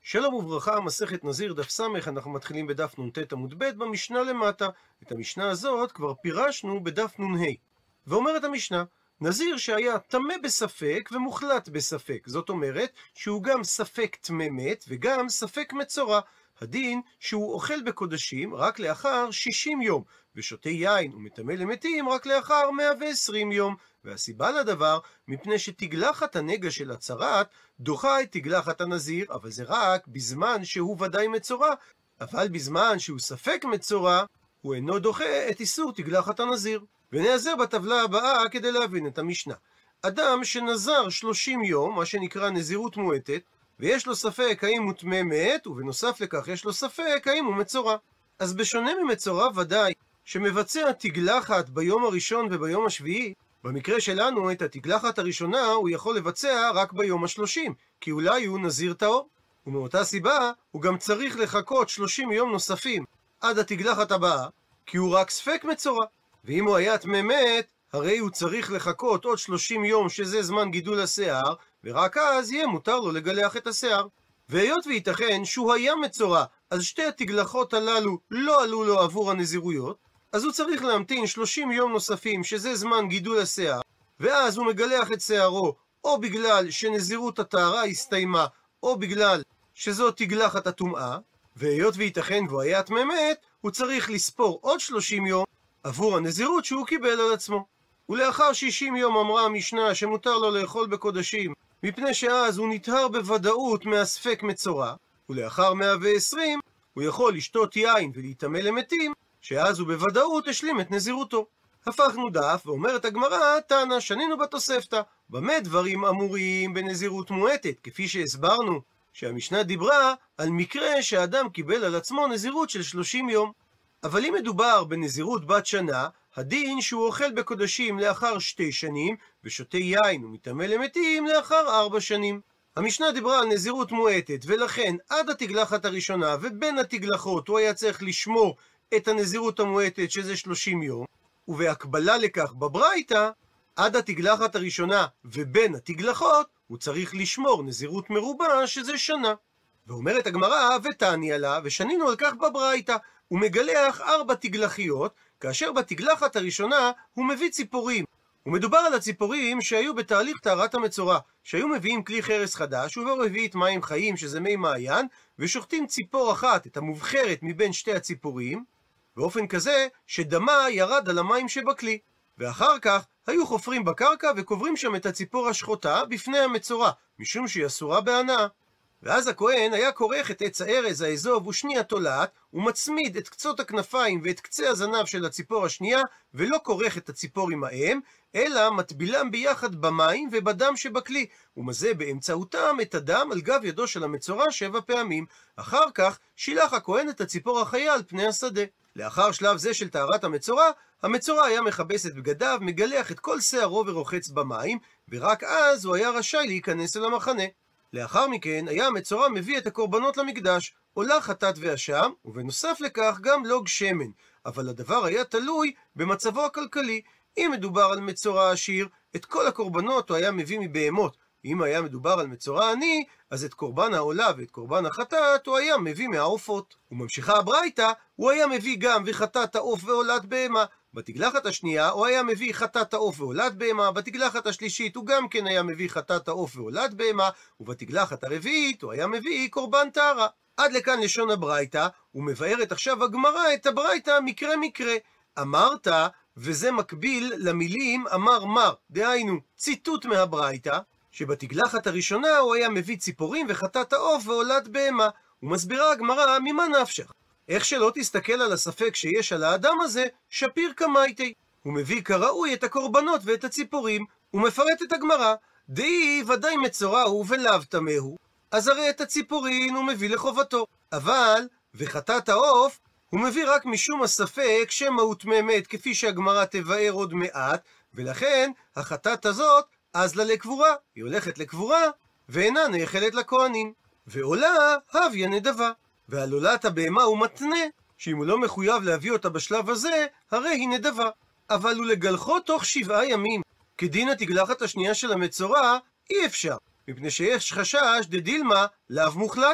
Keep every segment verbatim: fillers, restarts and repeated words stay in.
שלום וברכה, מסכת נזיר דף ס', אנחנו מתחילים בדף נ"ט עמוד ב' במשנה למטה. את המשנה הזאת כבר פירשנו בדף נ"ה. ואומרת המשנה, נזיר שהיה טמא בספק ומוחלט בספק, זאת אומרת שהוא גם ספק טמא מת וגם ספק מצורע. הדין שהוא אוכל בקודשים רק לאחר שישים יום, ושותה יין ומטמא למתים רק לאחר מאה ועשרים יום. והסיבה לדבר, מפני שתגלחת הנגע של הצרת דוחה את תגלחת הנזיר, אבל זה רק בזמן שהוא ודאי מצורע, אבל בזמן שהוא ספק מצורע, הוא אינו דוחה את איסור תגלחת הנזיר. ונעזר בטבלה הבאה כדי להבין את המשנה. אדם שנזר שלושים יום, מה שנקרא נזירות מועטת, ויש לו ספק האם הוא טמא מת, ובנוסף לכך יש לו ספק האם הוא מצורע. אז בשונה ממצורע ודאי, שמבצע תגלחת ביום הראשון וביום השביעי, במקרה שלנו את התגלחת הראשונה הוא יכול לבצע רק ביום השלושים, כי אולי הוא נזיר טהור. ומאותה סיבה הוא גם צריך לחכות שלושים יום נוספים עד התגלחת הבאה, כי הוא רק ספק מצורע. ואם הוא היה טמא מת, הרי הוא צריך לחכות עוד שלושים יום שזה זמן גידול השיער, ורק אז יהיה מותר לו לגלח את השיער. והיות וייתכן שהוא היה מצורע, אז שתי התגלחות הללו לא עלו לו עבור הנזירויות, אז הוא צריך להמתין שלושים יום נוספים שזה זמן גידול השיער, ואז הוא מגלח את שיערו, או בגלל שנזירות הטהרה הסתיימה, או בגלל שזו תגלחת הטומאה. והיות וייתכן והוא היה טמא מת, הוא צריך לספור עוד שלושים יום עבור הנזירות שהוא קיבל על עצמו. ולאחר שישים יום אמרה המשנה שמותר לו לאכול בקודשים, מפני שאז הוא נטהר בוודאות מהספק מצורע, ולאחר מאה ועשרים הוא יכול לשתות יין ולהיטמא למתים, שאז הוא בוודאות השלים את נזירותו. הפכנו דף, ואומרת הגמרא, תנא, שנינו בתוספתא, במה דברים אמורים בנזירות מועטת, כפי שהסברנו שהמשנה דיברה על מקרה שאדם קיבל על עצמו נזירות של שלושים יום. אבל אם מדובר בנזירות בת שנה, הדין שהוא אוכל בקודשים לאחר שתי שנים, ושותה יין ומטמא למתים לאחר ארבע שנים. המשנה דיברה על נזירות מועטת, ולכן עד התגלחת הראשונה ובין התגלחות הוא היה צריך לשמור את הנזירות המועטת שזה שלושים יום, ובהקבלה לכך בברייתא, עד התגלחת הראשונה ובין התגלחות הוא צריך לשמור נזירות מרובה שזה שנה. ואומרת הגמרא, ותעני לה, ושנינו על כך בברייתא, הוא מגלח ארבע תגלחיות, כאשר בתגלחת הראשונה הוא מביא ציפורים. ומדובר על הציפורים שהיו בתהליך טהרת המצורע, שהיו מביאים כלי חרס חדש, ובו רביעית מים חיים שזה מי מעיין, ושוחטים ציפור אחת, את המובחרת מבין שתי הציפורים, באופן כזה שדמה ירד על המים שבכלי. ואחר כך היו חופרים בקרקע וקוברים שם את הציפור השחוטה בפני המצורע, משום שהיא אסורה בהנאה. ואז הכהן היה כורך את עץ הארז, האזוב ושני התולעת, ומצמיד את קצות הכנפיים ואת קצה הזנב של הציפור השנייה, ולא כורך את הציפור עם האם, אלא מטבילם ביחד במים ובדם שבכלי, ומזה באמצעותם את הדם על גב ידו של המצורע שבע פעמים. אחר כך שילח הכהן את הציפור החיה על פני השדה. לאחר שלב זה של טהרת המצורע, המצורע היה מכבס את בגדיו, מגלח את כל שערו ורוחץ במים, ורק אז הוא היה רשאי להיכנס אל המחנה. לאחר מכן היה המצורע מביא את הקורבנות למקדש, עולה חטאת ואשם, ובנוסף לכך גם לוג שמן. אבל הדבר היה תלוי במצבו הכלכלי. אם מדובר על מצורע עשיר, את כל הקורבנות הוא היה מביא מבהמות. אם היה מדובר על מצורע עני, אז את קורבן העולה ואת קורבן החטאת הוא היה מביא מהעופות. וממשיכה הברייתא, הוא היה מביא גם וחטאת העוף ועולת בהמה. בתגלחת השנייה הוא היה מביא חטאת העוף ועולת בהמה, בתגלחת השלישית הוא גם כן היה מביא חטאת העוף ועולת בהמה, ובתגלחת הרביעית הוא היה מביא קורבן טהרה. עד לכאן לשון הברייתא, ומבארת עכשיו הגמרא את הברייתא מקרה מקרה. אמרת, וזה מקביל למילים אמר מר, דהיינו ציטוט מהברייתא, שבתגלחת הראשונה הוא היה מביא ציפורים וחטאת העוף ועולת בהמה. ומסבירה הגמרא ממה נפשך. איך שלא תסתכל על הספק שיש על האדם הזה, שפיר קמייתי. הוא מביא כראוי את הקורבנות ואת הציפורים, ומפרט את הגמרא, דאי ודאי מצורע הוא ולאו טמא הוא, אז הרי את הציפורין הוא מביא לחובתו. אבל, וחטאת העוף, הוא מביא רק משום הספק שמא הוא טמא מת, כפי שהגמרא תבאר עוד מעט, ולכן החטאת הזאת אז לה לקבורה, היא הולכת לקבורה, ואינה נאכלת לכהנים. ועולה הביה נדבה. ועל עולת הבהמה הוא מתנה, שאם הוא לא מחויב להביא אותה בשלב הזה, הרי היא נדבה. אבל הוא לגלחו תוך שבעה ימים, כדין התגלחת השנייה של המצורע, אי אפשר, מפני שיש חשש דדילמה לאו מוחלטו,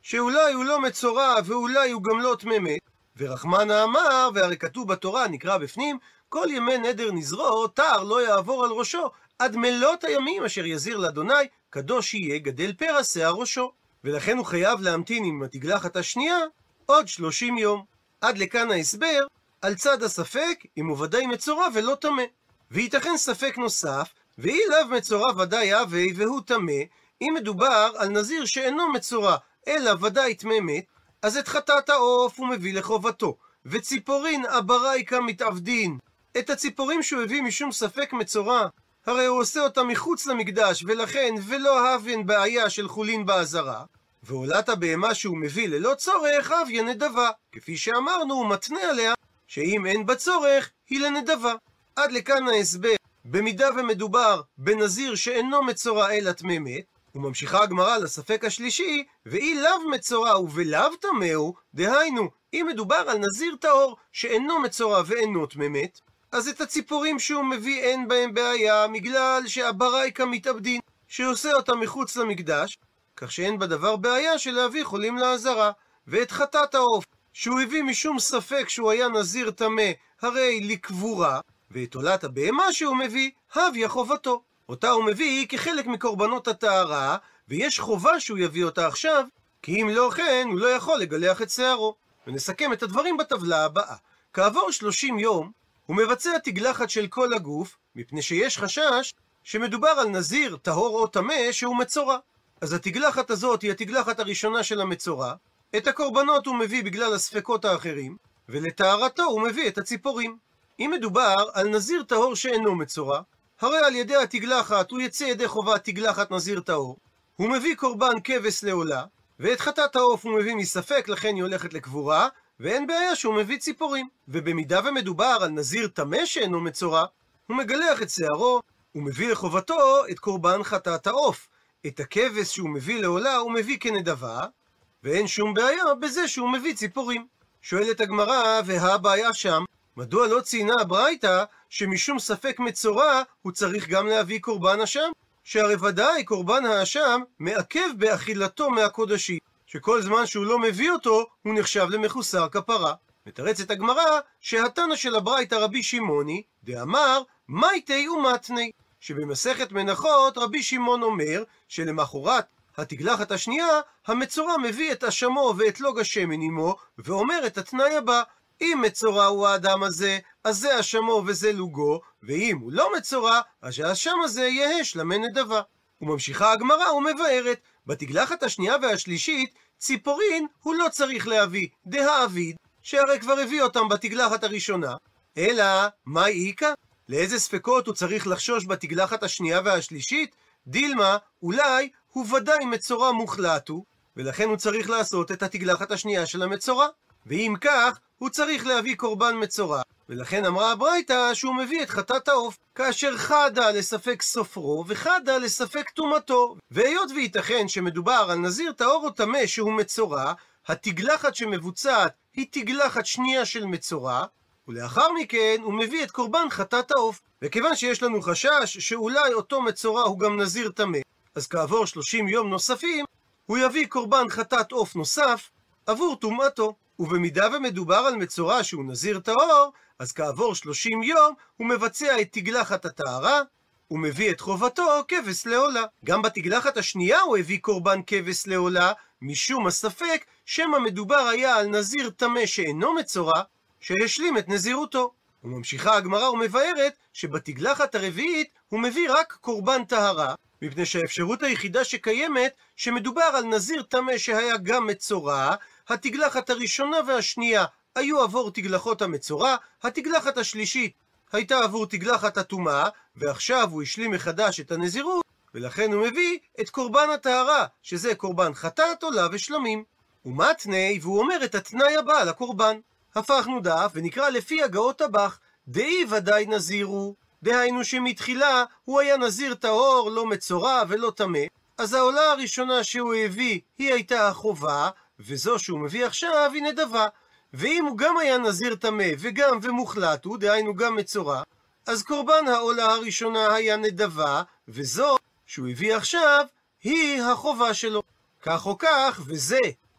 שאולי הוא לא מצורע ואולי הוא גם לא טמא מת. ורחמנה אמר, והרי כתוב בתורה, נקרא בפנים, כל ימי נדר נזרו, תער לא יעבור על ראשו, עד מלות הימים אשר יזיר לאדוני, קדוש יהיה גדל פרע שיער ראשו. ולכן הוא חייב להמתין עם התגלחת השנייה עוד שלושים יום. עד לכאן ההסבר על צד הספק, אם הוא ודאי מצורע ולא טמא. וייתכן ספק נוסף, ואי לאו מצורע ודאי הווי והוא טמא, אם מדובר על נזיר שאינו מצורע, אלא ודאי טמא מת, אז את חטאת העוף הוא מביא לחובתו, וציפורין אברייקה מתעבדין. את הציפורים שהוא הביא משום ספק מצורע, הרי הוא עושה אותה מחוץ למקדש, ולכן ולא הוון בעיה של חולין בעזרה. ועולת הבהמה שהוא מביא ללא צורך, הוויה נדבה. כפי שאמרנו, הוא מתנה עליה, שאם אין בה צורך, היא לנדבה. עד לכאן ההסבר. במידה ומדובר בנזיר שאינו מצורע אלא טמא מת, וממשיכה הגמרא לספק השלישי, ואי לאו מצורע ובלאו טמא הוא, דהיינו, אם מדובר על נזיר טהור שאינו מצורע ואינו טמא מת, אז את הציפורים שהוא מביא אין בהם בעיה, בגלל שהברייקה מתאבדין, שעושה אותה מחוץ למקדש, כך שאין בדבר בעיה של להביא חולים לעזרה. ואת חטאת העוף, שהוא הביא משום ספק שהוא היה נזיר טמא, הרי לקבורה, ואת עולת הבהמה שהוא מביא, הוויה חובתו. אותה הוא מביא כחלק מקורבנות הטהרה, ויש חובה שהוא יביא אותה עכשיו, כי אם לא כן, הוא לא יכול לגלח את שערו. ונסכם את הדברים בטבלה הבאה. כעבור שלושים יום, הוא מבצע תגלחת של כל הגוף, מפני שיש חשש שמדובר על נזיר טהור או טמא שהוא מצורע. אז התגלחת הזאת היא התגלחת הראשונה של המצורע, את הקורבנות הוא מביא בגלל הספקות האחרים, ולטהרתו הוא מביא את הציפורים. אם מדובר על נזיר טהור שאינו מצורע, הרי על ידי התגלחת הוא יצא ידי חובת תגלחת נזיר טהור, הוא מביא קורבן כבש לעולה, ואת חטאת העוף הוא מביא מספק, לכן היא הולכת לקבורה, ואין בעיה שהוא מביא ציפורים. ובמידה ומדובר על נזיר טמא שאינו מצורע, הוא מגלח את שערו, הוא מביא לחובתו את קורבן חטאת העוף. את הכבש שהוא מביא לעולה הוא מביא כנדבה, ואין שום בעיה בזה שהוא מביא ציפורים. שואלת הגמרא, והבעיה שם, מדוע לא ציינה הברייתא שמשום ספק מצורע הוא צריך גם להביא קורבן אשם? שהרי ודאי קורבן האשם מעכב באכילתו מהקודשים, שכל זמן שהוא לא מביא אותו הוא נחשב למחוסר כפרה. מתרצת הגמרא שהתנא של הברייתא רבי שמעוני דאמר מייטי ומתני, שבמסכת מנחות רבי שמעון אומר שלמחרת התגלחת השנייה המצורע מביא את אשמו ואת לוג השמן עמו, ואומר את התנאי הבא: אם מצורע הוא האדם הזה, אז זה אשמו וזה לוגו, ואם הוא לא מצורע, אז האשם הזה יהא שלמי נדבה. וממשיכה הגמרא ומבארת, בתגלחת השנייה והשלישית ציפורין הוא לא צריך להביא, דהאביד, שהרי כבר הביא אותם בתגלחת הראשונה. אלא, מה איכא? לאיזה ספקות הוא צריך לחשוש בתגלחת השנייה והשלישית? דילמה, אולי הוא ודאי מצורע מוחלט הוא, ולכן הוא צריך לעשות את התגלחת השנייה של המצורע. ואם כך, הוא צריך להביא קורבן מצורע, ולכן אמרה הברייתא שהוא מביא את חטאת העוף, כאשר חדה לספק סופרו וחדה לספק טומאתו. והיות וייתכן שמדובר על נזיר טהור או טמא שהוא מצורע, התגלחת שמבוצעת היא תגלחת שנייה של מצורע, ולאחר מכן הוא מביא את קורבן חטאת העוף. וכיוון שיש לנו חשש שאולי אותו מצורע הוא גם נזיר טמא, אז כעבור שלושים יום נוספים הוא יביא קורבן חטאת עוף נוסף עבור טומאתו. ובמידה ומדובר על מצורע שהוא נזיר טהור, אז כעבור שלושים יום הוא מבצע את תגלחת הטהרה, הוא מביא את חובתו כבש לעולה. גם בתגלחת השנייה הוא הביא קורבן כבש לעולה, משום הספק שמא מדובר היה על נזיר טמא שאינו מצורע, שהשלים את נזירותו. וממשיכה הגמרא ומבארת שבתגלחת הרביעית הוא מביא רק קורבן טהרה, מפני שהאפשרות היחידה שקיימת שמדובר על נזיר טמא שהיה גם מצורע, התגלחת הראשונה והשנייה היו עבור תגלחות המצורע, התגלחת השלישית הייתה עבור תגלחת הטומאה, ועכשיו הוא השלים מחדש את הנזירות, ולכן הוא מביא את קורבן הטהרה, שזה קורבן חטאת עולה ושלמים. ומתני, והוא אומר את התנאי הבא לקורבן. הפכנו דף ונקרא לפי הגאות הבך, דאי ודאי נזירו, דהיינו שמתחילה הוא היה נזיר טהור, לא מצורע ולא טמא, אז העולה הראשונה שהוא הביא היא הייתה החובה, וזו שהוא מביא עכשיו היא נדבה. ואם הוא גם היה נזיר טמא וגם ומוחלט הוא, דהיינו גם מצורע, אז קורבן העולה הראשונה היה נדבה, וזו שהוא הביא עכשיו היא החובה שלו. כך או כך, וזה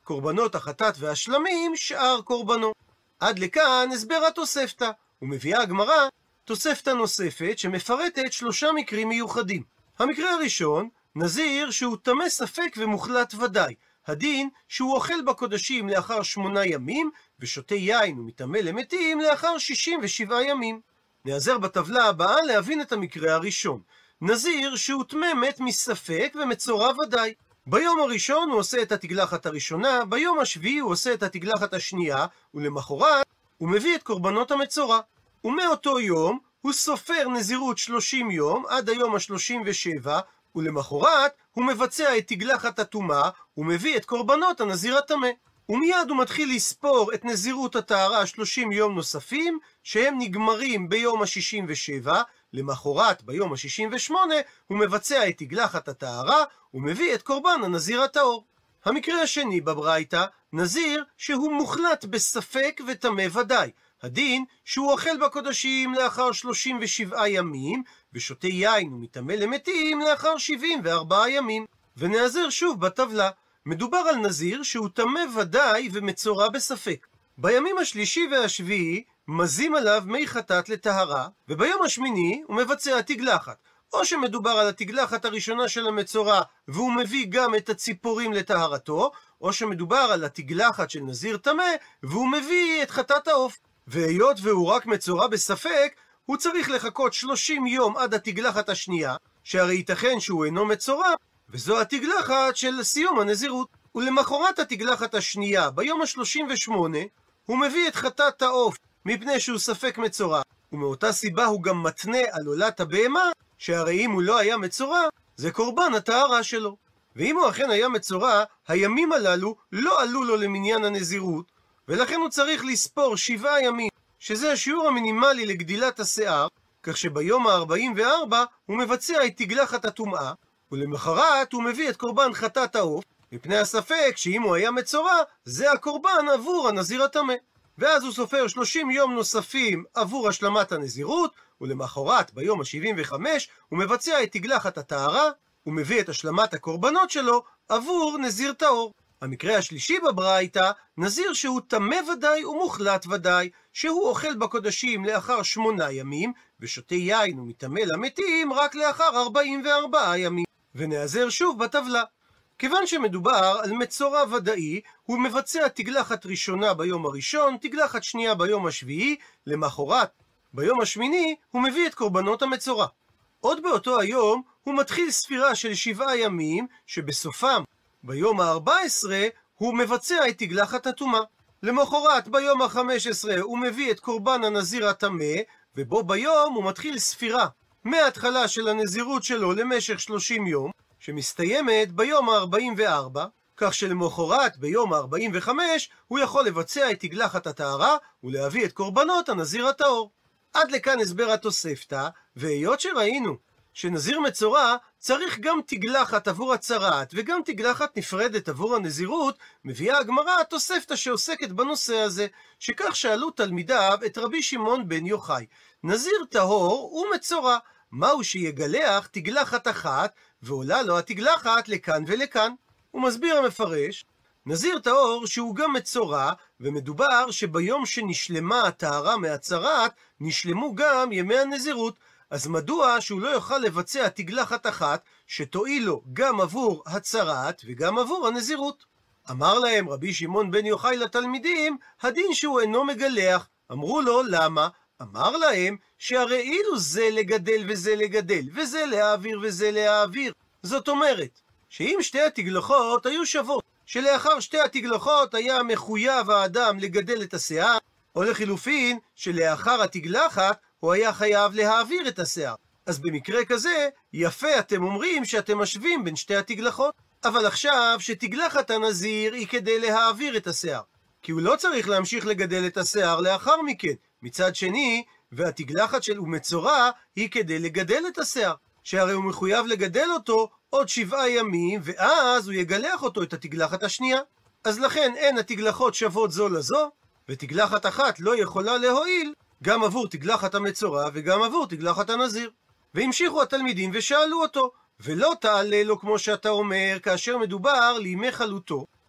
קורבנות החטאת והשלמים שאר קורבנות. עד לכאן הסבר התוספתא, ומביאה הגמרא תוספתא נוספת שמפרטת שלושה מקרים מיוחדים. המקרה הראשון, נזיר שהוא טמא ספק ומוחלט ודאי. הדין שהוא אוכל בקודשים לאחר שמונה ימים, ושותה יין ומטמא למתים לאחר שישים ושבעה ימים. נעזר בטבלה הבאה להבין את המקרה הראשון. נזיר שהוא טמא מת מספק ומצורע ודאי. ביום הראשון הוא עושה את התגלחת הראשונה, ביום השביעי הוא עושה את התגלחת השנייה, ולמחרת הוא מביא את קורבנות המצורע. ומאותו יום הוא סופר נזירות שלושים יום עד היום ה-שלושים ושבע, ולמחרת הוא מבצע את תגלחת הטומאה, ומביא את קורבנות הנזיר הטמא. ומיד הוא מתחיל לספור את נזירות הטהרה שלושים יום נוספים, שהם נגמרים ביום ה-שישים ושבע, למחרת ביום ה-שישים ושמונה הוא מבצע את תגלחת הטהרה, ומביא את קורבן הנזיר הטהור. המקרה השני בברייתא, נזיר שהוא מוחלט בספק וטמא ודאי. הדין שהוא אוכל בקודשים לאחר שלושים ושבעה ימים, ושותה יין ומטמא למתים לאחר שבעים וארבעה ימים. ונעזר שוב בטבלה. מדובר על נזיר שהוא טמא ודאי ומצורע בספק. בימים השלישי והשביעי מזים עליו מי חטאת לטהרה, וביום השמיני הוא מבצע תגלחת. או שמדובר על התגלחת הראשונה של המצורע והוא מביא גם את הציפורים לטהרתו, או שמדובר על התגלחת של נזיר טמא והוא מביא את חטאת העוף. והיות והוא רק מצורע בספק, הוא צריך לחכות שלושים יום עד התגלחת השנייה, שהרי ייתכן שהוא אינו מצורע, וזו התגלחת של סיום הנזירות. ולמחרת התגלחת השנייה, ביום ה-שלושים ושמונה, הוא מביא את חטאת העוף מפני שהוא ספק מצורע, ומאותה סיבה הוא גם מתנה על עולת הבהמה, שהרי אם הוא לא היה מצורע, זה קורבן הטהרה שלו. ואם הוא אכן היה מצורע, הימים הללו לא עלו לו למניין הנזירות, ולכן הוא צריך לספור שבעה ימים, שזה השיעור המינימלי לגדילת השיער, כך שביום ה-ארבעים וארבע הוא מבצע את תגלחת הטומאה, ולמחרת הוא מביא את קורבן חטאת העוף, מפני הספק שאם הוא היה מצורע, זה הקורבן עבור הנזיר הטמא. ואז הוא סופר שלושים יום נוספים עבור השלמת הנזירות, ולמחרת ביום ה-שבעים וחמש הוא מבצע את תגלחת הטהרה, ומביא את השלמת הקורבנות שלו עבור נזיר טהור. המקרה השלישי בברייתא, נזיר שהוא טמא ודאי ומוחלט ודאי, שהוא אוכל בקודשים לאחר שמונה ימים, ושותה יין ומטמא למתים רק לאחר ארבעים וארבעה ימים. ונעזר שוב בטבלה. כיוון שמדובר על מצורע ודאי, הוא מבצע תגלחת ראשונה ביום הראשון, תגלחת שנייה ביום השביעי, למחרת ביום השמיני הוא מביא את קורבנות המצורע. עוד באותו היום הוא מתחיל ספירה של שבעה ימים, שבסופם ביום ה-ארבע עשרה הוא מבצע את תגלחת הטומאה. למחרת ביום ה-חמש עשרה הוא מביא את קורבן הנזיר הטמא, ובו ביום הוא מתחיל ספירה מההתחלה של הנזירות שלו למשך שלושים יום, שמסתיימת ביום ה-ארבעים וארבע, כך שלמחרת ביום ה-ארבעים וחמש הוא יכול לבצע את תגלחת הטהרה ולהביא את קורבנות הנזיר הטהור. עד לכאן הסבר התוספתא, והיות שראינו שנזיר מצורע צריך גם תגלחת עבור הצרעת וגם תגלחת נפרדת עבור הנזירות, מביאה הגמרא התוספתא שעוסקת בנושא הזה, שכך שאלו תלמידיו את רבי שמעון בן יוחאי, נזיר טהור ומצורע, מהו שיגלח תגלחת אחת ועולה לו התגלחת לכאן ולכאן? הוא מסביר המפרש, נזיר טהור שהוא גם מצורע, ומדובר שביום שנשלמה הטהרה מהצרעת נשלמו גם ימי הנזירות, אז מדוע שהוא לא יוכל לבצע תגלחת אחת שתועיל לו גם עבור הצרעת וגם עבור הנזירות? אמר להם רבי שמעון בן יוחאי לתלמידים, הדין שהוא אינו מגלח. אמרו לו, למה? אמר להם שהרי אילו זה לגדל וזה לגדל, וזה להעביר וזה להעביר. זאת אומרת, שאם שתי התגלחות היו שוות, שלאחר שתי התגלחות היה מחויב האדם לגדל את השיער, או לחילופין, שלאחר התגלחת הוא היה חייב להעביר את השיער. אז במקרה כזה, יפה אתם אומרים שאתם משווים בין שתי התגלחות. אבל עכשיו שתגלחת הנזיר היא כדי להעביר את השיער, כי הוא לא צריך להמשיך לגדל את השיער לאחר מכן. מצד שני, והתגלחת של ומצורע היא כדי לגדל את השיער, שהרי הוא מחויב לגדל אותו עוד שבעה ימים, ואז הוא יגלח אותו את התגלחת השנייה. אז לכן אין התגלחות שוות זו לזו, ותגלחת אחת לא יכולה להועיל גם עבור תגלחת המצורע וגם עבור תגלחת הנזיר. והמשיכו התלמידים ושאלו אותו, ולא תעלה לו כמו שאתה אומר כאשר מדובר לימי חלוטו,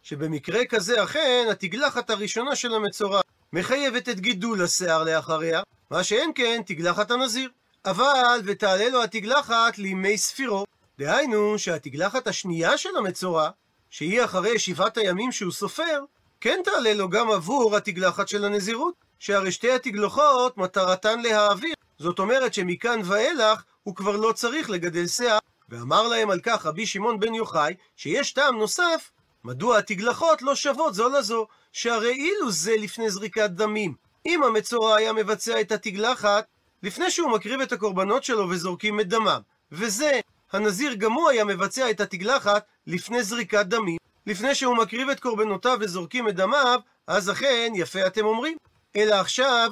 שבמקרה כזה אכן התגלחת הראשונה של המצורע מחייבת את גידול השיער לאחריה, מה שאין כן תגלחת הנזיר. אבל ותעלה לו התגלחת לימי ספירו, דהיינו שהתגלחת השנייה של המצורע, שהיא אחרי שבעת הימים שהוא סופר, כן תעלה לו גם עבור התגלחת של הנזירות, שהרי שתי התגלחות מטרתן להעביר, זאת אומרת שמכאן ואילך הוא כבר לא צריך לגדל שיער. ואמר להם על כך רבי שמעון בן יוחאי שיש טעם נוסף מדוע התגלחות לא שוות זו לזו, שהרי אילו זה לפני זריקת דמים, אם המצורע היה מבצע את התגלחת לפני שהוא מקריב את הקורבנות שלו וזורקים את דמם, וזה הנזיר גם הוא היה מבצע את התגלחת לפני זריקת דמים, לפני שהוא מקריב את קורבנותיו וזורקים את דמיו, אז אכן יפה אתם אומרים. אלא עכשיו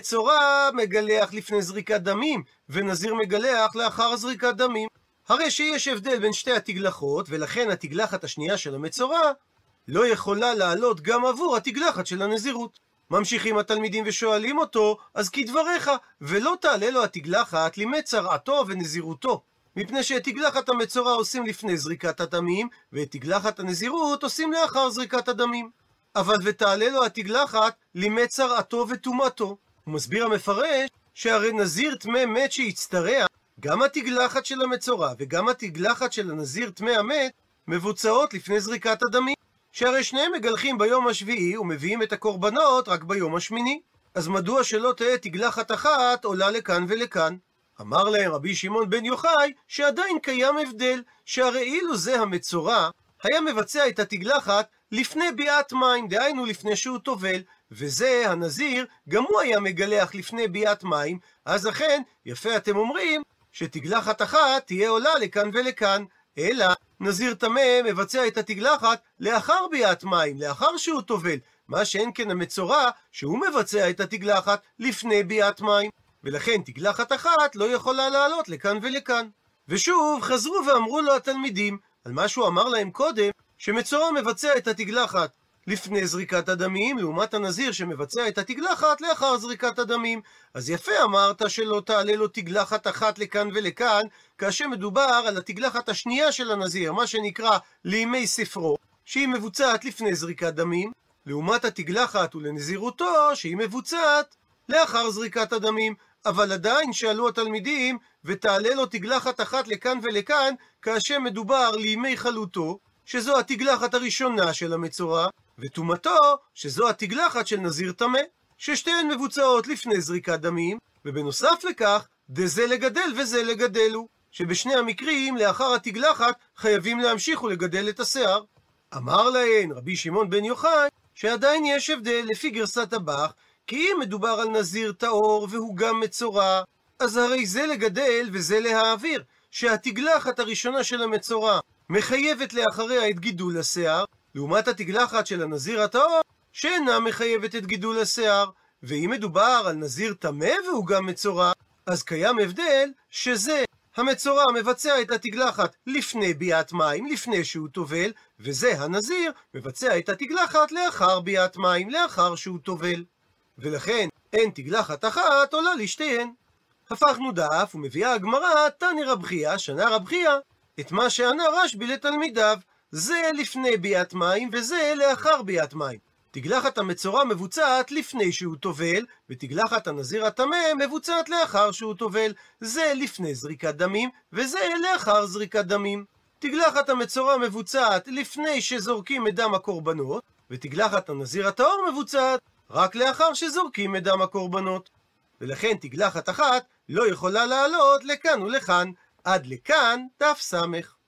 מצורע מגלח לפני זריקת דמים, ונזיר מגלח לאחר זריקת דמים. הרי שיש הבדל בין שתי התגלחות, ולכן התגלחת השנייה של המצורע לא יכולה לעלות גם עבור התגלחת של הנזירות. ממשיכים התלמידים ושואלים אותו, אז כדבריך, ולא תעלה לו התגלחת לימי צרעתו ונזירותו, מפני שאת תגלחת המצורע עושים לפני זריקת הדמים, ואת תגלחת הנזירות עושים לאחר זריקת הדמים. אבל ותעלה לו התגלחת לימי צרעתו וטומאתו. הוא מסביר המפרש שהרי נזיר טמא מת שהצטרע, גם התגלחת של המצורע וגם התגלחת של הנזיר טמא המת מבוצעות לפני זריקת הדמים, שהרי שניהם מגלחים ביום השביעי ומביאים את הקורבנות רק ביום השמיני. אז מדוע שלא תהיה תגלחת אחת עולה לכאן ולכאן? אמר להם רבי שמעון בן יוחאי שעדיין קיים הבדל, שהרי אילו זה המצורע היה מבצע את התגלחת לפני ביאת מים, דהיינו לפני שהוא טובל, וזה הנזיר גם הוא היה מגלח לפני ביאת מים, אז אכן יפה אתם אומרים שתגלחת אחת תהיה עולה לכאן ולכאן. אלא נזיר טמא מבצע את התגלחת לאחר ביאת מים, לאחר שהוא טובל, מה שאין כן המצורע שהוא מבצע את התגלחת לפני ביאת מים, ולכן תגלחת אחת לא יכולה לעלות לכאן ולכאן. ושוב חזרו ואמרו לו התלמידים על מה שהוא אמר להם קודם, שמצורע מבצע את התגלחת לפני זריקת הדמים, לעומת הנזיר שמבצע את התגלחת לאחר זריקת הדמים. אז יפה אמרת שלא תעלה לו תגלחת אחת לכאן ולכאן, כאשר מדובר על התגלחת השנייה של הנזיר, מה שנקרא לימי ספרו, שהיא מבוצעת לפני זריקת דמים, לעומת התגלחת ולנזירותו שהיא מבוצעת לאחר זריקת הדמים. אבל עדיין שאלו התלמידים, ותעלה לו תגלחת אחת לכאן ולכאן, כאשר מדובר לימי חלוטו, שזו התגלחת הראשונה של המצורע, וטומאתו, שזו התגלחת של נזיר טמא, ששתיהן מבוצעות לפני זריקת דמים, ובנוסף לכך, דזה לגדל וזה לגדלו, שבשני המקרים לאחר התגלחת חייבים להמשיך ולגדל את השיער. אמר להן רבי שמעון בן יוחאי שעדיין יש הבדל לפי גרסת הבח, כי אם מדובר על נזיר טהור והוא גם מצורע, אז הרי זה לגדל וזה להעביר, שהתגלחת הראשונה של המצורע מחייבת לאחריה את גידול השיער, לעומת התגלחת של הנזיר הטהור שאינה מחייבת את גידול השיער. ואם מדובר על נזיר טמא והוא גם מצורע, אז קיים הבדל שזה המצורע מבצע את התגלחת לפני ביאת מים, לפני שהוא טובל, וזה הנזיר מבצע את התגלחת לאחר ביאת מים, לאחר שהוא טובל. ולכן אין תגלחת אחת עולה לשתיהן. הפכנו דף ומביאה הגמרא תני רב חייא, שנה רב חייא את מה שענה רשב"י לתלמידיו, זה לפני ביאת מים וזה לאחר ביאת מים. תגלחת המצורע מבוצעת לפני שהוא טובל, ותגלחת הנזיר הטמא מבוצעת לאחר שהוא טובל, זה לפני זריקת דמים וזה לאחר זריקת דמים. תגלחת המצורע מבוצעת לפני שזורקים את דם הקורבנות, ותגלחת הנזיר הטהור מבוצעת רק לאחר שזורקים את דם הקורבנות. ולכן תגלחת אחת לא יכולה לעלות לכאן ולכאן. עד לכאן דף סמך.